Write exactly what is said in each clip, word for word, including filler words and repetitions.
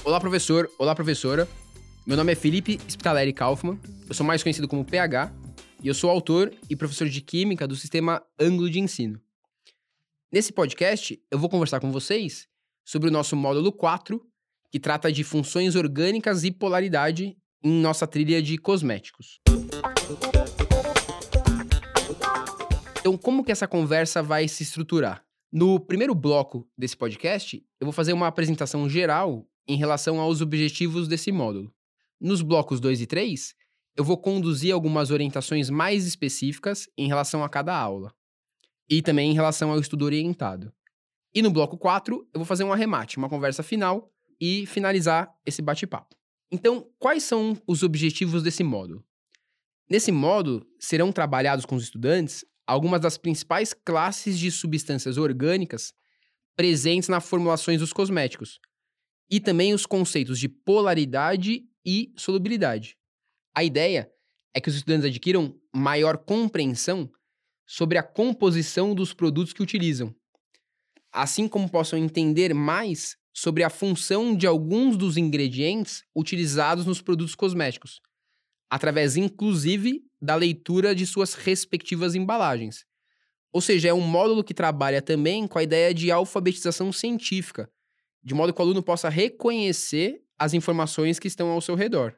Olá, professor. Olá, professora. Meu nome é Felipe Spitaleri Kaufmann. Eu sou mais conhecido como P H e eu sou autor e professor de Química do sistema Ângulo de Ensino. Nesse podcast, eu vou conversar com vocês sobre o nosso módulo quatro, que trata de funções orgânicas e polaridade em nossa trilha de cosméticos. Então, como que essa conversa vai se estruturar? No primeiro bloco desse podcast, eu vou fazer uma apresentação geral em relação aos objetivos desse módulo. Nos blocos dois e três, eu vou conduzir algumas orientações mais específicas em relação a cada aula. E também em relação ao estudo orientado. E no bloco quatro, eu vou fazer um arremate, uma conversa final e finalizar esse bate-papo. Então, quais são os objetivos desse módulo? Nesse módulo, serão trabalhados com os estudantes algumas das principais classes de substâncias orgânicas presentes nas formulações dos cosméticos, e também os conceitos de polaridade e solubilidade. A ideia é que os estudantes adquiram maior compreensão sobre a composição dos produtos que utilizam, assim como possam entender mais sobre a função de alguns dos ingredientes utilizados nos produtos cosméticos, através, inclusive, da leitura de suas respectivas embalagens. Ou seja, é um módulo que trabalha também com a ideia de alfabetização científica, de modo que o aluno possa reconhecer as informações que estão ao seu redor.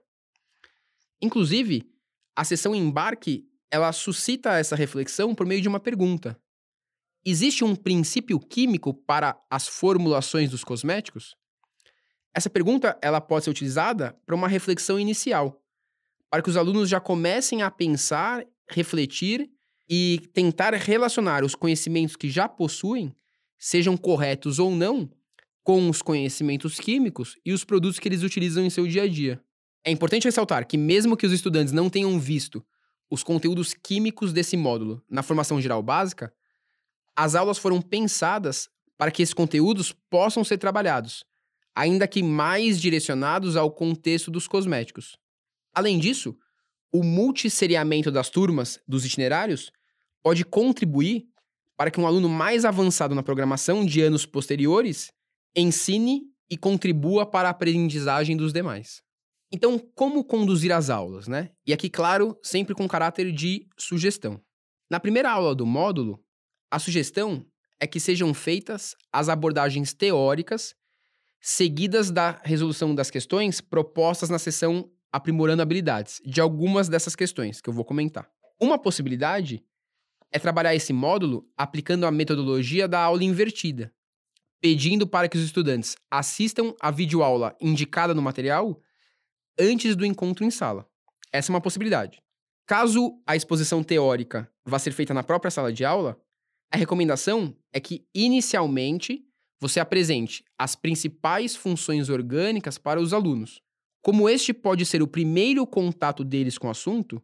Inclusive, a sessão embarque, ela suscita essa reflexão por meio de uma pergunta. Existe um princípio químico para as formulações dos cosméticos? Essa pergunta ela pode ser utilizada para uma reflexão inicial, para que os alunos já comecem a pensar, refletir e tentar relacionar os conhecimentos que já possuem, sejam corretos ou não, com os conhecimentos químicos e os produtos que eles utilizam em seu dia a dia. É importante ressaltar que mesmo que os estudantes não tenham visto os conteúdos químicos desse módulo na formação geral básica, as aulas foram pensadas para que esses conteúdos possam ser trabalhados, ainda que mais direcionados ao contexto dos cosméticos. Além disso, o multisseriamento das turmas dos itinerários pode contribuir para que um aluno mais avançado na programação de anos posteriores ensine e contribua para a aprendizagem dos demais. Então, como conduzir as aulas, né? E aqui, claro, sempre com caráter de sugestão. Na primeira aula do módulo, a sugestão é que sejam feitas as abordagens teóricas seguidas da resolução das questões propostas na sessão Aprimorando Habilidades, de algumas dessas questões que eu vou comentar. Uma possibilidade é trabalhar esse módulo aplicando a metodologia da aula invertida, pedindo para que os estudantes assistam a videoaula indicada no material antes do encontro em sala. Essa é uma possibilidade. Caso a exposição teórica vá ser feita na própria sala de aula, a recomendação é que, inicialmente, você apresente as principais funções orgânicas para os alunos. Como este pode ser o primeiro contato deles com o assunto,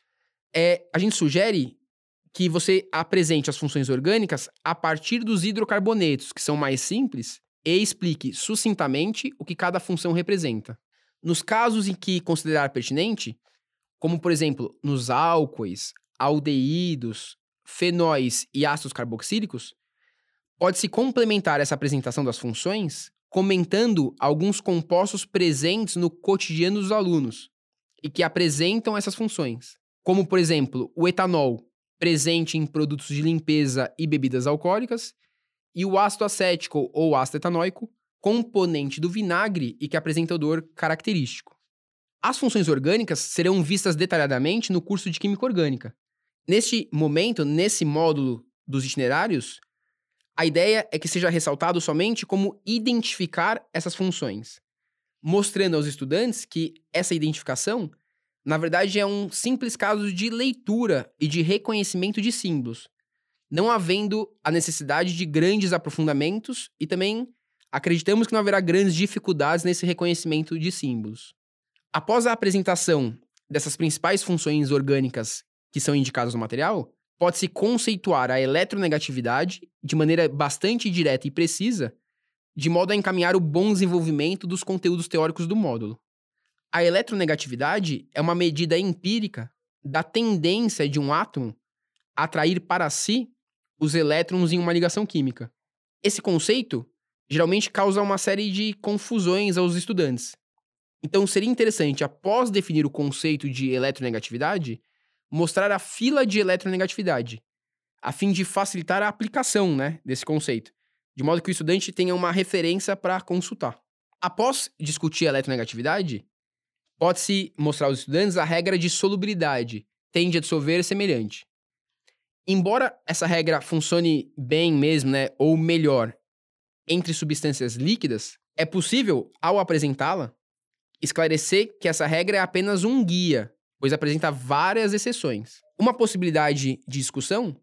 é, a gente sugere que você apresente as funções orgânicas a partir dos hidrocarbonetos, que são mais simples, e explique sucintamente o que cada função representa. Nos casos em que considerar pertinente, como por exemplo nos álcoois, aldeídos, fenóis e ácidos carboxílicos, pode-se complementar essa apresentação das funções comentando alguns compostos presentes no cotidiano dos alunos e que apresentam essas funções, como por exemplo o etanol, presente em produtos de limpeza e bebidas alcoólicas, e o ácido acético ou ácido etanóico, componente do vinagre e que apresenta odor característico. As funções orgânicas serão vistas detalhadamente no curso de Química Orgânica. Neste momento, nesse módulo dos itinerários, a ideia é que seja ressaltado somente como identificar essas funções, mostrando aos estudantes que essa identificação, na verdade, é um simples caso de leitura e de reconhecimento de símbolos, não havendo a necessidade de grandes aprofundamentos e também acreditamos que não haverá grandes dificuldades nesse reconhecimento de símbolos. Após a apresentação dessas principais funções orgânicas que são indicadas no material, pode-se conceituar a eletronegatividade de maneira bastante direta e precisa, de modo a encaminhar o bom desenvolvimento dos conteúdos teóricos do módulo. A eletronegatividade é uma medida empírica da tendência de um átomo a atrair para si os elétrons em uma ligação química. Esse conceito geralmente causa uma série de confusões aos estudantes. Então, seria interessante, após definir o conceito de eletronegatividade, mostrar a fila de eletronegatividade, a fim de facilitar a aplicação, né, desse conceito, de modo que o estudante tenha uma referência para consultar. Após discutir a eletronegatividade, pode-se mostrar aos estudantes a regra de solubilidade, tende a dissolver semelhante. Embora essa regra funcione bem mesmo, né, ou melhor, entre substâncias líquidas, é possível, ao apresentá-la, esclarecer que essa regra é apenas um guia, pois apresenta várias exceções. Uma possibilidade de discussão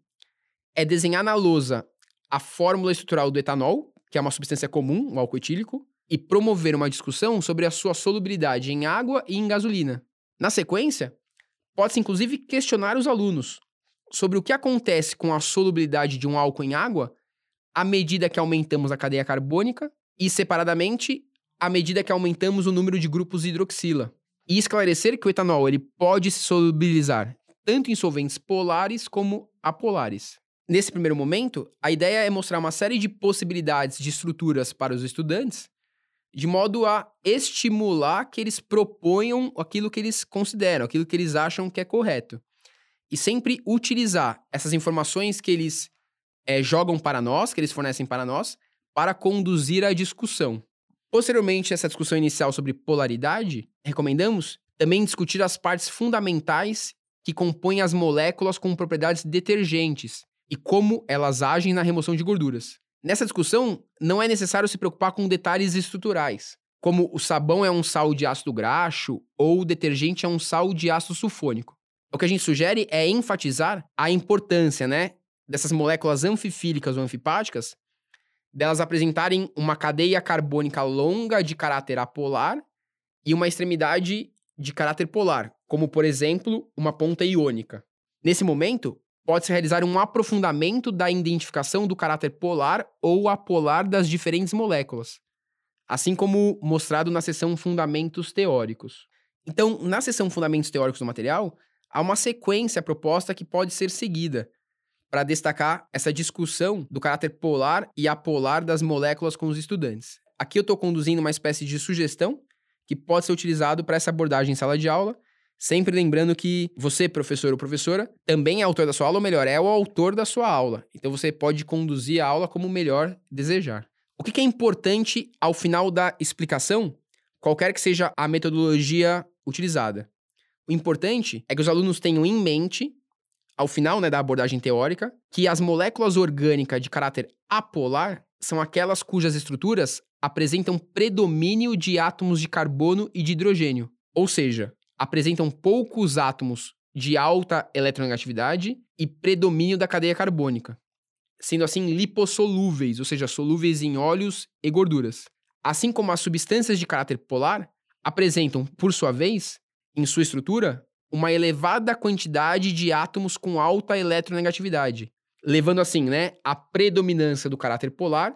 é desenhar na lousa a fórmula estrutural do etanol, que é uma substância comum, um álcool etílico, e promover uma discussão sobre a sua solubilidade em água e em gasolina. Na sequência, pode-se inclusive questionar os alunos sobre o que acontece com a solubilidade de um álcool em água à medida que aumentamos a cadeia carbônica e, separadamente, à medida que aumentamos o número de grupos de hidroxila. E esclarecer que o etanol ele pode se solubilizar tanto em solventes polares como apolares. Nesse primeiro momento, a ideia é mostrar uma série de possibilidades de estruturas para os estudantes, de modo a estimular que eles proponham aquilo que eles consideram, aquilo que eles acham que é correto. E sempre utilizar essas informações que eles é, jogam para nós, que eles fornecem para nós, para conduzir a discussão. Posteriormente, essa discussão inicial sobre polaridade, recomendamos também discutir as partes fundamentais que compõem as moléculas com propriedades detergentes e como elas agem na remoção de gorduras. Nessa discussão, não é necessário se preocupar com detalhes estruturais, como o sabão é um sal de ácido graxo ou o detergente é um sal de ácido sulfônico. O que a gente sugere é enfatizar a importância, né, dessas moléculas anfifílicas ou anfipáticas, delas apresentarem uma cadeia carbônica longa de caráter apolar e uma extremidade de caráter polar, como, por exemplo, uma ponta iônica. Nesse momento, pode-se realizar um aprofundamento da identificação do caráter polar ou apolar das diferentes moléculas, assim como mostrado na seção Fundamentos Teóricos. Então, na seção Fundamentos Teóricos do material, há uma sequência proposta que pode ser seguida para destacar essa discussão do caráter polar e apolar das moléculas com os estudantes. Aqui eu estou conduzindo uma espécie de sugestão que pode ser utilizado para essa abordagem em sala de aula, sempre lembrando que você, professor ou professora, também é autor da sua aula, ou melhor, é o autor da sua aula. Então você pode conduzir a aula como melhor desejar. O que é importante ao final da explicação, qualquer que seja a metodologia utilizada? O importante é que os alunos tenham em mente, ao final, né, da abordagem teórica, que as moléculas orgânicas de caráter apolar são aquelas cujas estruturas apresentam predomínio de átomos de carbono e de hidrogênio, ou seja, apresentam poucos átomos de alta eletronegatividade e predomínio da cadeia carbônica, sendo assim lipossolúveis, ou seja, solúveis em óleos e gorduras. Assim como as substâncias de caráter polar apresentam, por sua vez, em sua estrutura, uma elevada quantidade de átomos com alta eletronegatividade, levando assim, né, a predominância do caráter polar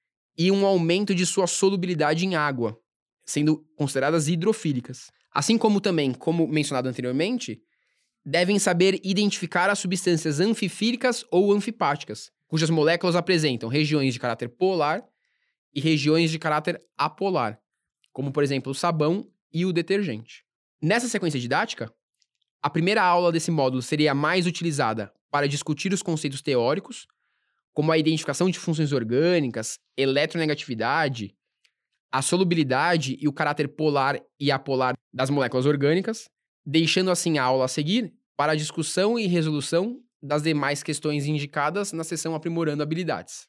e um aumento de sua solubilidade em água, sendo consideradas hidrofílicas. Assim como também, como mencionado anteriormente, devem saber identificar as substâncias anfifílicas ou anfipáticas, cujas moléculas apresentam regiões de caráter polar e regiões de caráter apolar, como, por exemplo, o sabão e o detergente. Nessa sequência didática, a primeira aula desse módulo seria mais utilizada para discutir os conceitos teóricos, como a identificação de funções orgânicas, eletronegatividade, a solubilidade e o caráter polar e apolar das moléculas orgânicas, deixando assim a aula a seguir para a discussão e resolução das demais questões indicadas na seção Aprimorando Habilidades.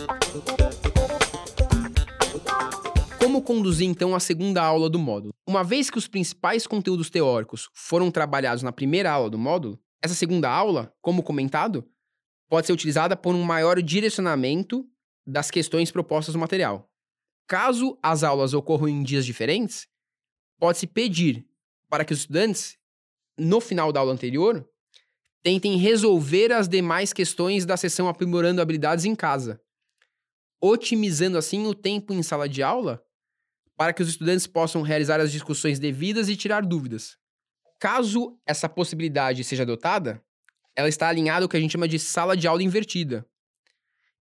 Como conduzir, então, a segunda aula do módulo? Uma vez que os principais conteúdos teóricos foram trabalhados na primeira aula do módulo, essa segunda aula, como comentado, pode ser utilizada por um maior direcionamento das questões propostas no material. Caso as aulas ocorram em dias diferentes, pode-se pedir para que os estudantes, no final da aula anterior, tentem resolver as demais questões da sessão Aprimorando Habilidades em casa, otimizando assim o tempo em sala de aula para que os estudantes possam realizar as discussões devidas e tirar dúvidas. Caso essa possibilidade seja adotada, ela está alinhada ao que a gente chama de sala de aula invertida.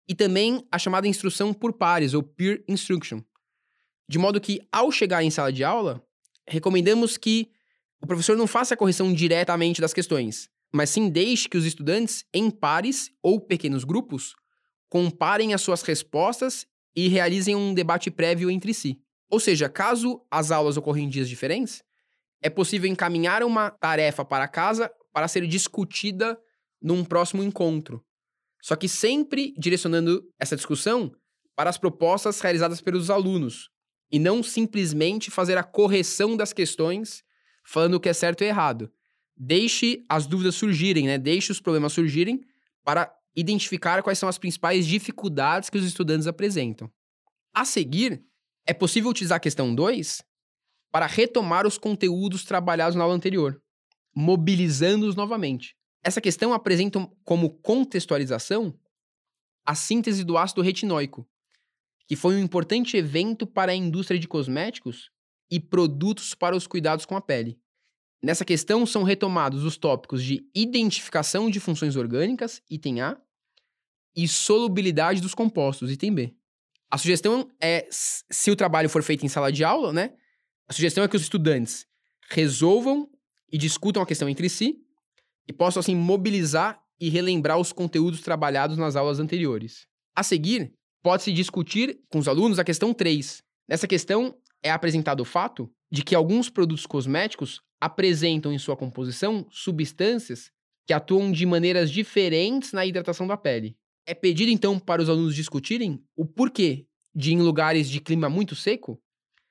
e também a chamada instrução por pares, ou peer instruction. De modo que, ao chegar em sala de aula, recomendamos que o professor não faça a correção diretamente das questões, mas sim deixe que os estudantes, em pares ou pequenos grupos, comparem as suas respostas e realizem um debate prévio entre si. Ou seja, caso as aulas ocorram em dias diferentes, é possível encaminhar uma tarefa para casa para ser discutida num próximo encontro. Só que sempre direcionando essa discussão para as propostas realizadas pelos alunos, e não simplesmente fazer a correção das questões falando o que é certo e errado. Deixe as dúvidas surgirem, né? Deixe os problemas surgirem para identificar quais são as principais dificuldades que os estudantes apresentam. A seguir, é possível utilizar a questão dois para retomar os conteúdos trabalhados na aula anterior, mobilizando-os novamente. Essa questão apresenta como contextualização a síntese do ácido retinóico, que foi um importante evento para a indústria de cosméticos e produtos para os cuidados com a pele. Nessa questão são retomados os tópicos de identificação de funções orgânicas, item A, e solubilidade dos compostos, item B. A sugestão é, se o trabalho for feito em sala de aula, né? A sugestão é que os estudantes resolvam e discutam a questão entre si e possam, assim, mobilizar e relembrar os conteúdos trabalhados nas aulas anteriores. A seguir, pode-se discutir com os alunos a questão três. Nessa questão, é apresentado o fato de que alguns produtos cosméticos apresentam em sua composição substâncias que atuam de maneiras diferentes na hidratação da pele. É pedido, então, para os alunos discutirem o porquê de, em lugares de clima muito seco,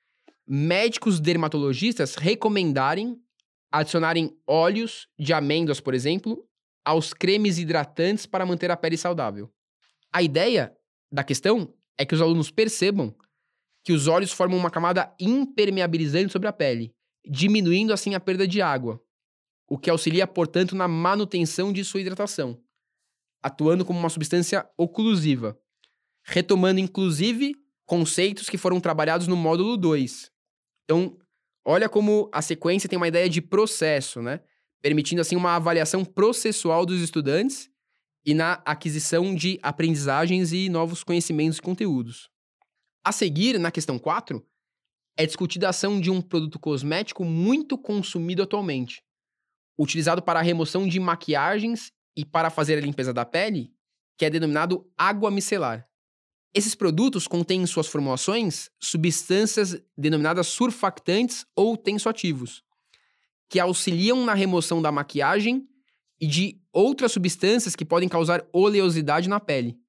médicos dermatologistas recomendarem adicionarem óleos de amêndoas, por exemplo, aos cremes hidratantes para manter a pele saudável. A ideia da questão é que os alunos percebam que os óleos formam uma camada impermeabilizante sobre a pele, diminuindo assim a perda de água, o que auxilia, portanto, na manutenção de sua hidratação, atuando como uma substância oclusiva, retomando inclusive conceitos que foram trabalhados no módulo dois. Então, olha como a sequência tem uma ideia de processo, né? Permitindo assim uma avaliação processual dos estudantes e na aquisição de aprendizagens e novos conhecimentos e conteúdos. A seguir, na questão quatro, é discutida a ação de um produto cosmético muito consumido atualmente, utilizado para a remoção de maquiagens e para fazer a limpeza da pele, que é denominado água micelar. Esses produtos contêm em suas formulações substâncias denominadas surfactantes ou tensoativos, que auxiliam na remoção da maquiagem e de outras substâncias que podem causar oleosidade na pele,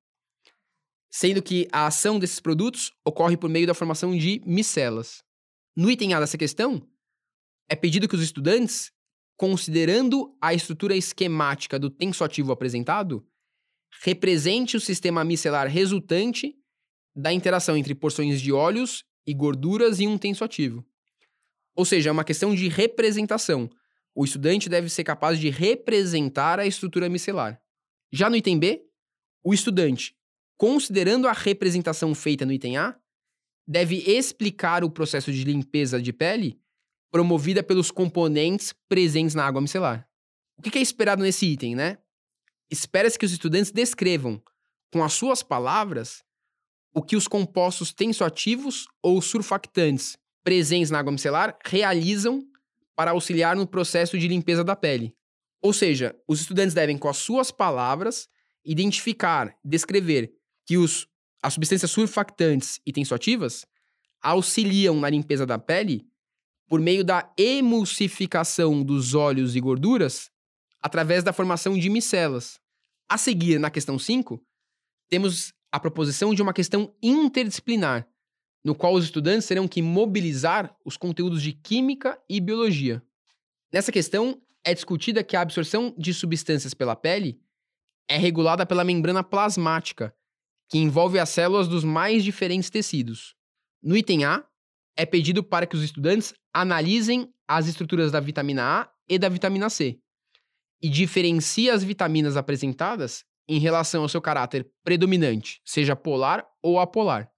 sendo que a ação desses produtos ocorre por meio da formação de micelas. No item A dessa questão, é pedido que os estudantes, considerando a estrutura esquemática do tensoativo apresentado, represente o sistema micelar resultante da interação entre porções de óleos e gorduras e um tensoativo. Ou seja, é uma questão de representação. O estudante deve ser capaz de representar a estrutura micelar. Já no item B, o estudante, considerando a representação feita no item A, deve explicar o processo de limpeza de pele promovida pelos componentes presentes na água micelar. O que é esperado nesse item, né? Espera-se que os estudantes descrevam, com as suas palavras, o que os compostos tensoativos ou surfactantes presentes na água micelar realizam para auxiliar no processo de limpeza da pele. Ou seja, os estudantes devem, com as suas palavras, identificar, descrever que os, as substâncias surfactantes e tensoativas auxiliam na limpeza da pele por meio da emulsificação dos óleos e gorduras através da formação de micelas. A seguir, na questão cinco, temos a proposição de uma questão interdisciplinar, no qual os estudantes terão que mobilizar os conteúdos de química e biologia. Nessa questão, é discutida que a absorção de substâncias pela pele é regulada pela membrana plasmática, que envolve as células dos mais diferentes tecidos. No item A, é pedido para que os estudantes analisem as estruturas da vitamina A e da vitamina C, e diferencia as vitaminas apresentadas em relação ao seu caráter predominante, seja polar ou apolar.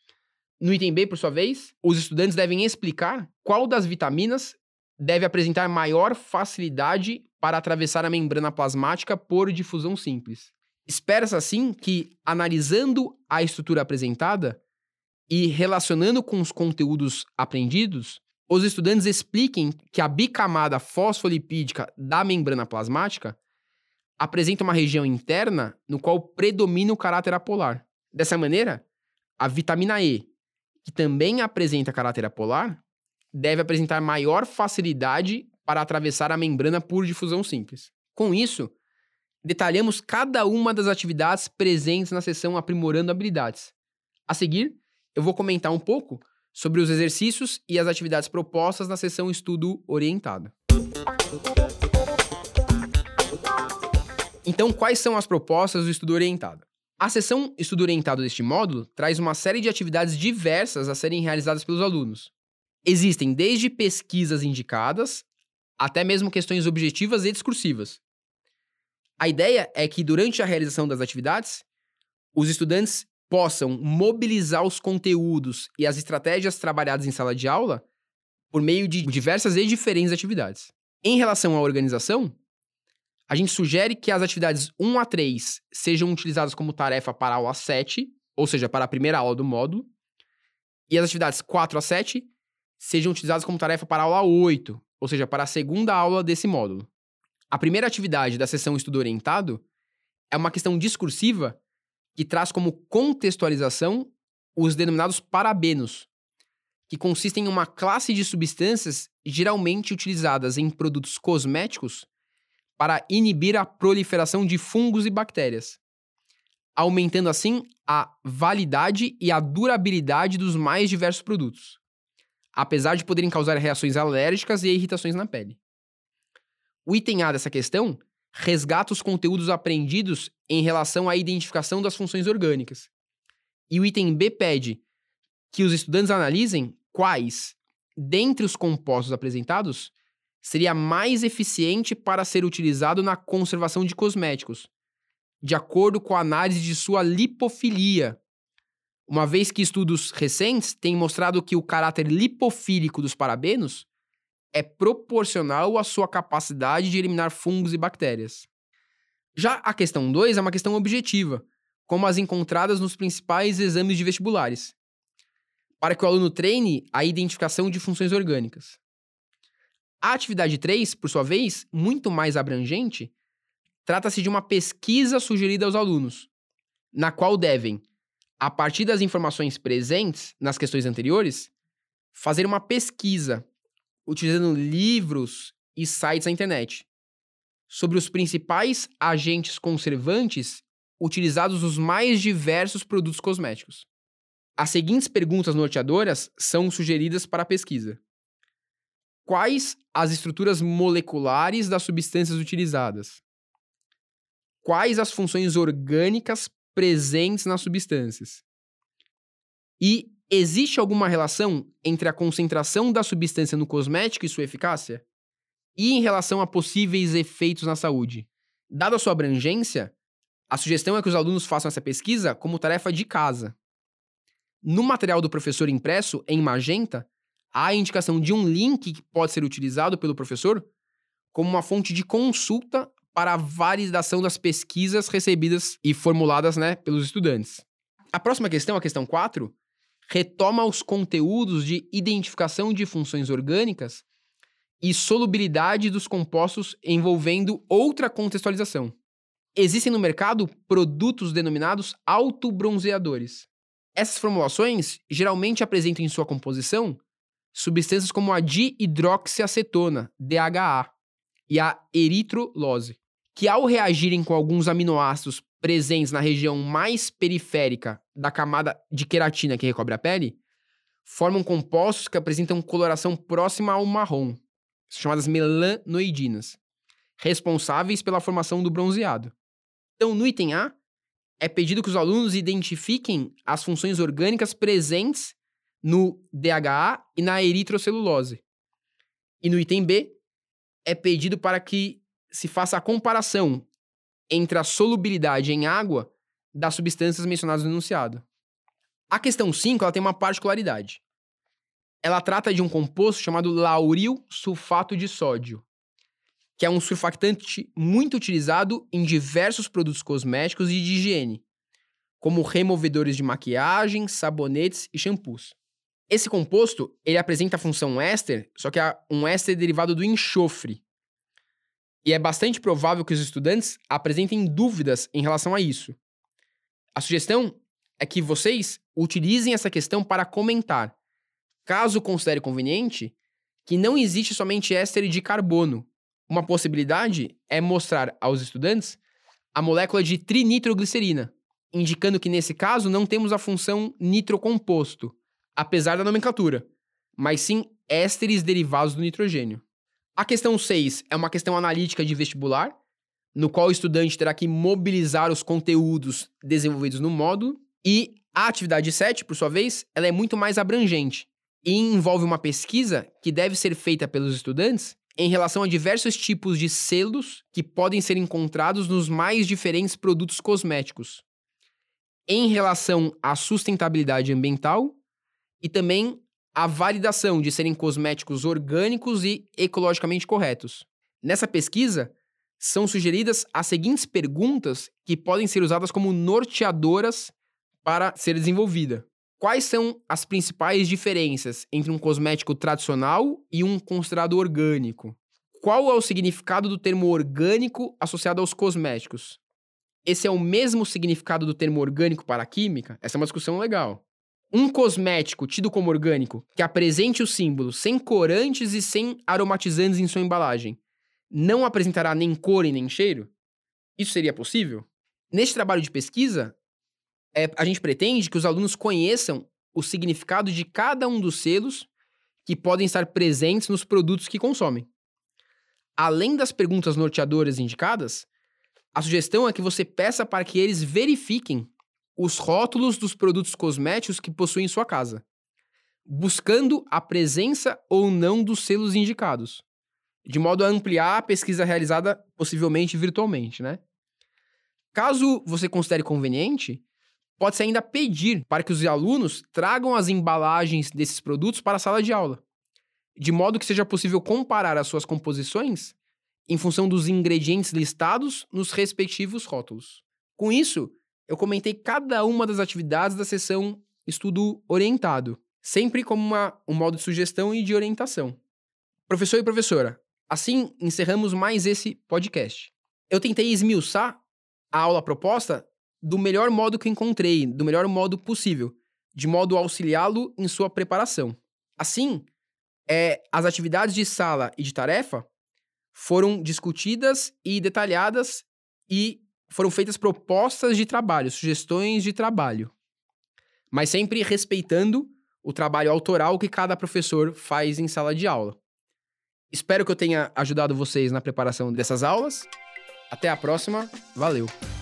No item B, por sua vez, os estudantes devem explicar qual das vitaminas deve apresentar maior facilidade para atravessar a membrana plasmática por difusão simples. Espera-se assim que, analisando a estrutura apresentada e relacionando com os conteúdos aprendidos, os estudantes expliquem que a bicamada fosfolipídica da membrana plasmática apresenta uma região interna no qual predomina o caráter apolar. Dessa maneira, a vitamina E, que também apresenta caráter apolar, deve apresentar maior facilidade para atravessar a membrana por difusão simples. Com isso, detalhamos cada uma das atividades presentes na seção Aprimorando Habilidades. A seguir, eu vou comentar um pouco sobre os exercícios e as atividades propostas na seção Estudo Orientado. Então, quais são as propostas do Estudo Orientado? A seção Estudo Orientado deste módulo traz uma série de atividades diversas a serem realizadas pelos alunos. Existem desde pesquisas indicadas, até mesmo questões objetivas e discursivas. A ideia é que, durante a realização das atividades, os estudantes possam mobilizar os conteúdos e as estratégias trabalhadas em sala de aula por meio de diversas e diferentes atividades. Em relação à organização, a gente sugere que as atividades um a três sejam utilizadas como tarefa para a aula sete, ou seja, para a primeira aula do módulo, e as atividades quatro a sete sejam utilizadas como tarefa para a aula oito, ou seja, para a segunda aula desse módulo. A primeira atividade da seção Estudo Orientado é uma questão discursiva que traz como contextualização os denominados parabenos, que consistem em uma classe de substâncias geralmente utilizadas em produtos cosméticos para inibir a proliferação de fungos e bactérias, aumentando assim a validade e a durabilidade dos mais diversos produtos, apesar de poderem causar reações alérgicas e irritações na pele. O item A dessa questão resgata os conteúdos aprendidos em relação à identificação das funções orgânicas. E o item B pede que os estudantes analisem quais, dentre os compostos apresentados, seria mais eficiente para ser utilizado na conservação de cosméticos, de acordo com a análise de sua lipofilia, uma vez que estudos recentes têm mostrado que o caráter lipofílico dos parabenos é proporcional à sua capacidade de eliminar fungos e bactérias. Já a questão dois é uma questão objetiva, como as encontradas nos principais exames de vestibulares, para que o aluno treine a identificação de funções orgânicas. A atividade três, por sua vez, muito mais abrangente, trata-se de uma pesquisa sugerida aos alunos, na qual devem, a partir das informações presentes nas questões anteriores, fazer uma pesquisa utilizando livros e sites na internet sobre os principais agentes conservantes utilizados nos mais diversos produtos cosméticos. As seguintes perguntas norteadoras são sugeridas para a pesquisa. Quais as estruturas moleculares das substâncias utilizadas? Quais as funções orgânicas presentes nas substâncias? E existe alguma relação entre a concentração da substância no cosmético e sua eficácia? E em relação a possíveis efeitos na saúde? Dada a sua abrangência, a sugestão é que os alunos façam essa pesquisa como tarefa de casa. No material do professor impresso, em magenta, há a indicação de um link que pode ser utilizado pelo professor como uma fonte de consulta para a validação das pesquisas recebidas e formuladas, né, pelos estudantes. A próxima questão, a questão quatro, retoma os conteúdos de identificação de funções orgânicas e solubilidade dos compostos envolvendo outra contextualização. Existem no mercado produtos denominados autobronzeadores. Essas formulações geralmente apresentam em sua composição substâncias como a dihidroxiacetona, D H A, e a eritrolose, que ao reagirem com alguns aminoácidos presentes na região mais periférica da camada de queratina que recobre a pele, formam compostos que apresentam coloração próxima ao marrom, chamadas melanoidinas, responsáveis pela formação do bronzeado. Então, no item A, é pedido que os alunos identifiquem as funções orgânicas presentes no D H A e na eritrocelulose. E no item B, é pedido para que se faça a comparação entre a solubilidade em água das substâncias mencionadas no enunciado. A questão cinco ela tem uma particularidade. Ela trata de um composto chamado lauril sulfato de sódio, que é um surfactante muito utilizado em diversos produtos cosméticos e de higiene, como removedores de maquiagem, sabonetes e shampoos. Esse composto, ele apresenta a função éster, só que é um éster derivado do enxofre. E é bastante provável que os estudantes apresentem dúvidas em relação a isso. A sugestão é que vocês utilizem essa questão para comentar, caso considere conveniente, que não existe somente éster de carbono. Uma possibilidade é mostrar aos estudantes a molécula de trinitroglicerina, indicando que nesse caso não temos a função nitrocomposto, apesar da nomenclatura, mas sim ésteres derivados do nitrogênio. A questão seis é uma questão analítica de vestibular, no qual o estudante terá que mobilizar os conteúdos desenvolvidos no módulo, e a atividade sete, por sua vez, ela é muito mais abrangente e envolve uma pesquisa que deve ser feita pelos estudantes em relação a diversos tipos de selos que podem ser encontrados nos mais diferentes produtos cosméticos, em relação à sustentabilidade ambiental e também a validação de serem cosméticos orgânicos e ecologicamente corretos. Nessa pesquisa, são sugeridas as seguintes perguntas que podem ser usadas como norteadoras para ser desenvolvida. Quais são as principais diferenças entre um cosmético tradicional e um considerado orgânico? Qual é o significado do termo orgânico associado aos cosméticos? Esse é o mesmo significado do termo orgânico para a química? Essa é uma discussão legal. Um cosmético tido como orgânico que apresente o símbolo sem corantes e sem aromatizantes em sua embalagem não apresentará nem cor e nem cheiro? Isso seria possível? Neste trabalho de pesquisa, é, a gente pretende que os alunos conheçam o significado de cada um dos selos que podem estar presentes nos produtos que consomem. Além das perguntas norteadoras indicadas, a sugestão é que você peça para que eles verifiquem os rótulos dos produtos cosméticos que possuem em sua casa, buscando a presença ou não dos selos indicados, de modo a ampliar a pesquisa realizada possivelmente virtualmente, né? Caso você considere conveniente, pode-se ainda pedir para que os alunos tragam as embalagens desses produtos para a sala de aula, de modo que seja possível comparar as suas composições em função dos ingredientes listados nos respectivos rótulos. Com isso, eu comentei cada uma das atividades da sessão Estudo Orientado, sempre como uma, um modo de sugestão e de orientação. Professor e professora, assim encerramos mais esse podcast. Eu tentei esmiuçar a aula proposta do melhor modo que encontrei, do melhor modo possível, de modo a auxiliá-lo em sua preparação. Assim, é, as atividades de sala e de tarefa foram discutidas e detalhadas e foram feitas propostas de trabalho, sugestões de trabalho, mas sempre respeitando o trabalho autoral que cada professor faz em sala de aula. Espero que eu tenha ajudado vocês na preparação dessas aulas. Até a próxima. Valeu!